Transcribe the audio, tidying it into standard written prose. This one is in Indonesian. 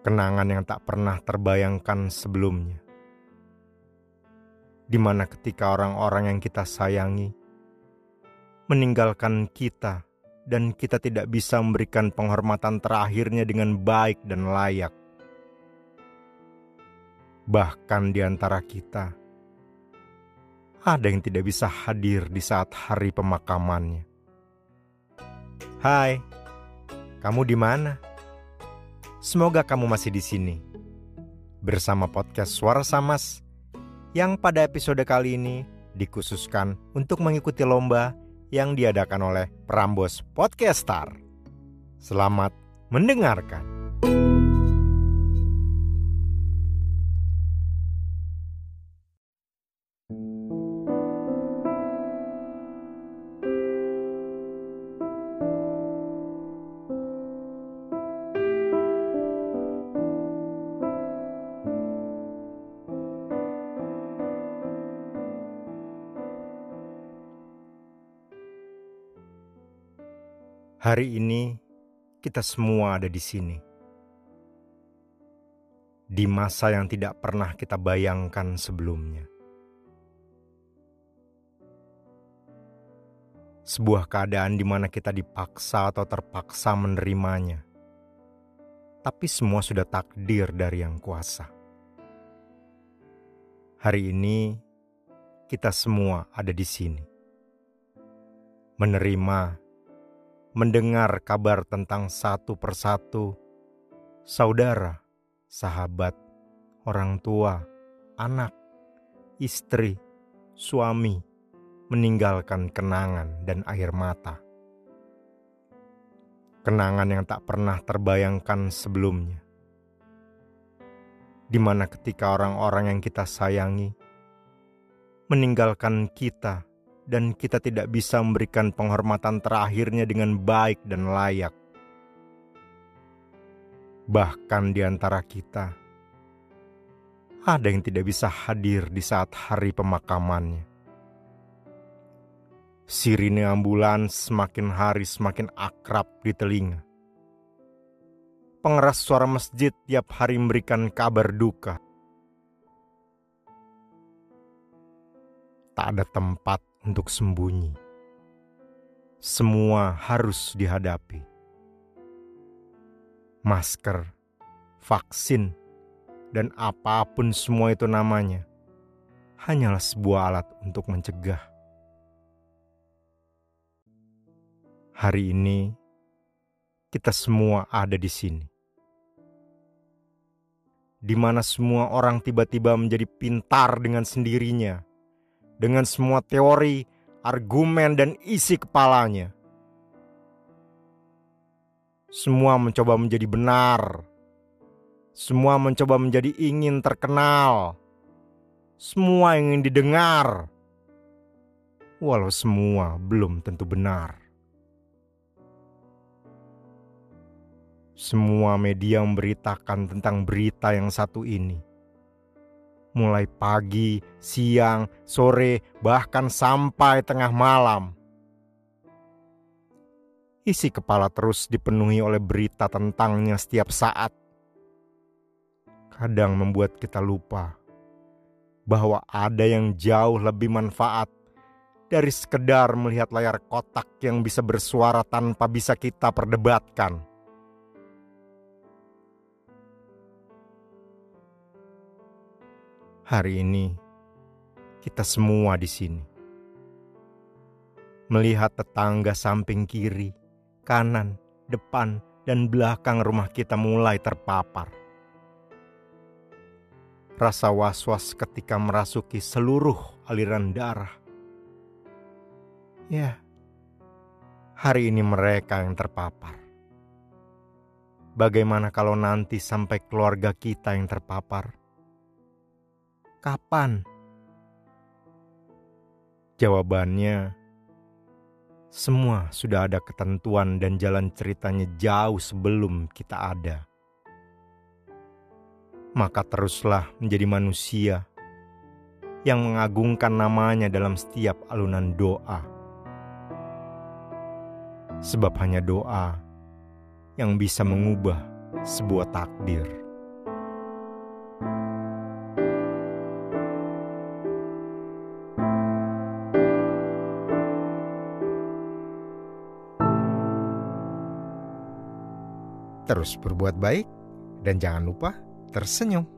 Kenangan yang tak pernah terbayangkan sebelumnya, di mana ketika orang-orang yang kita sayangi meninggalkan kita dan kita tidak bisa memberikan penghormatan terakhirnya dengan baik dan layak. Bahkan di antara kita, ada yang tidak bisa hadir di saat hari pemakamannya. Hai, kamu di mana? Semoga kamu masih di sini, bersama podcast Suara Samas, yang pada episode kali ini dikhususkan untuk mengikuti lomba yang diadakan oleh Prambors Podcaster. Selamat mendengarkan. Hari ini kita semua ada di sini, di masa yang tidak pernah kita bayangkan sebelumnya. Sebuah keadaan di mana kita dipaksa atau terpaksa menerimanya, tapi semua sudah takdir dari Yang Kuasa. Hari ini kita semua ada di sini, menerima, mendengar kabar tentang satu persatu saudara, sahabat, orang tua, anak, istri, suami meninggalkan kenangan dan air mata. Kenangan yang tak pernah terbayangkan sebelumnya, di mana ketika orang-orang yang kita sayangi meninggalkan kita dan kita tidak bisa memberikan penghormatan terakhirnya dengan baik dan layak. Bahkan di antara kita, ada yang tidak bisa hadir di saat hari pemakamannya. Sirine ambulans semakin hari semakin akrab di telinga. Pengeras suara masjid tiap hari memberikan kabar duka. Tak ada tempat untuk sembunyi. Semua harus dihadapi. Masker, vaksin, dan apapun semua itu namanya, hanyalah sebuah alat untuk mencegah. Hari ini, kita semua ada di sini, di mana semua orang tiba-tiba menjadi pintar dengan sendirinya, dengan semua teori, argumen, dan isi kepalanya. Semua mencoba menjadi benar. Semua mencoba menjadi ingin terkenal. Semua ingin didengar. Walau semua belum tentu benar. Semua media memberitakan tentang berita yang satu ini. Mulai pagi, siang, sore, bahkan sampai tengah malam. Isi kepala terus dipenuhi oleh berita tentangnya setiap saat. Kadang membuat kita lupa bahwa ada yang jauh lebih manfaat dari sekedar melihat layar kotak yang bisa bersuara tanpa bisa kita perdebatkan. Hari ini, kita semua di sini. Melihat tetangga samping kiri, kanan, depan, dan belakang rumah kita mulai terpapar. Rasa was-was ketika merasuki seluruh aliran darah. Ya, hari ini mereka yang terpapar. Bagaimana kalau nanti sampai keluarga kita yang terpapar? Kapan? Jawabannya, semua sudah ada ketentuan dan jalan ceritanya jauh sebelum kita ada. Maka teruslah menjadi manusia yang mengagungkan namanya dalam setiap alunan doa. Sebab hanya doa yang bisa mengubah sebuah takdir. terus berbuat baik, dan jangan lupa tersenyum.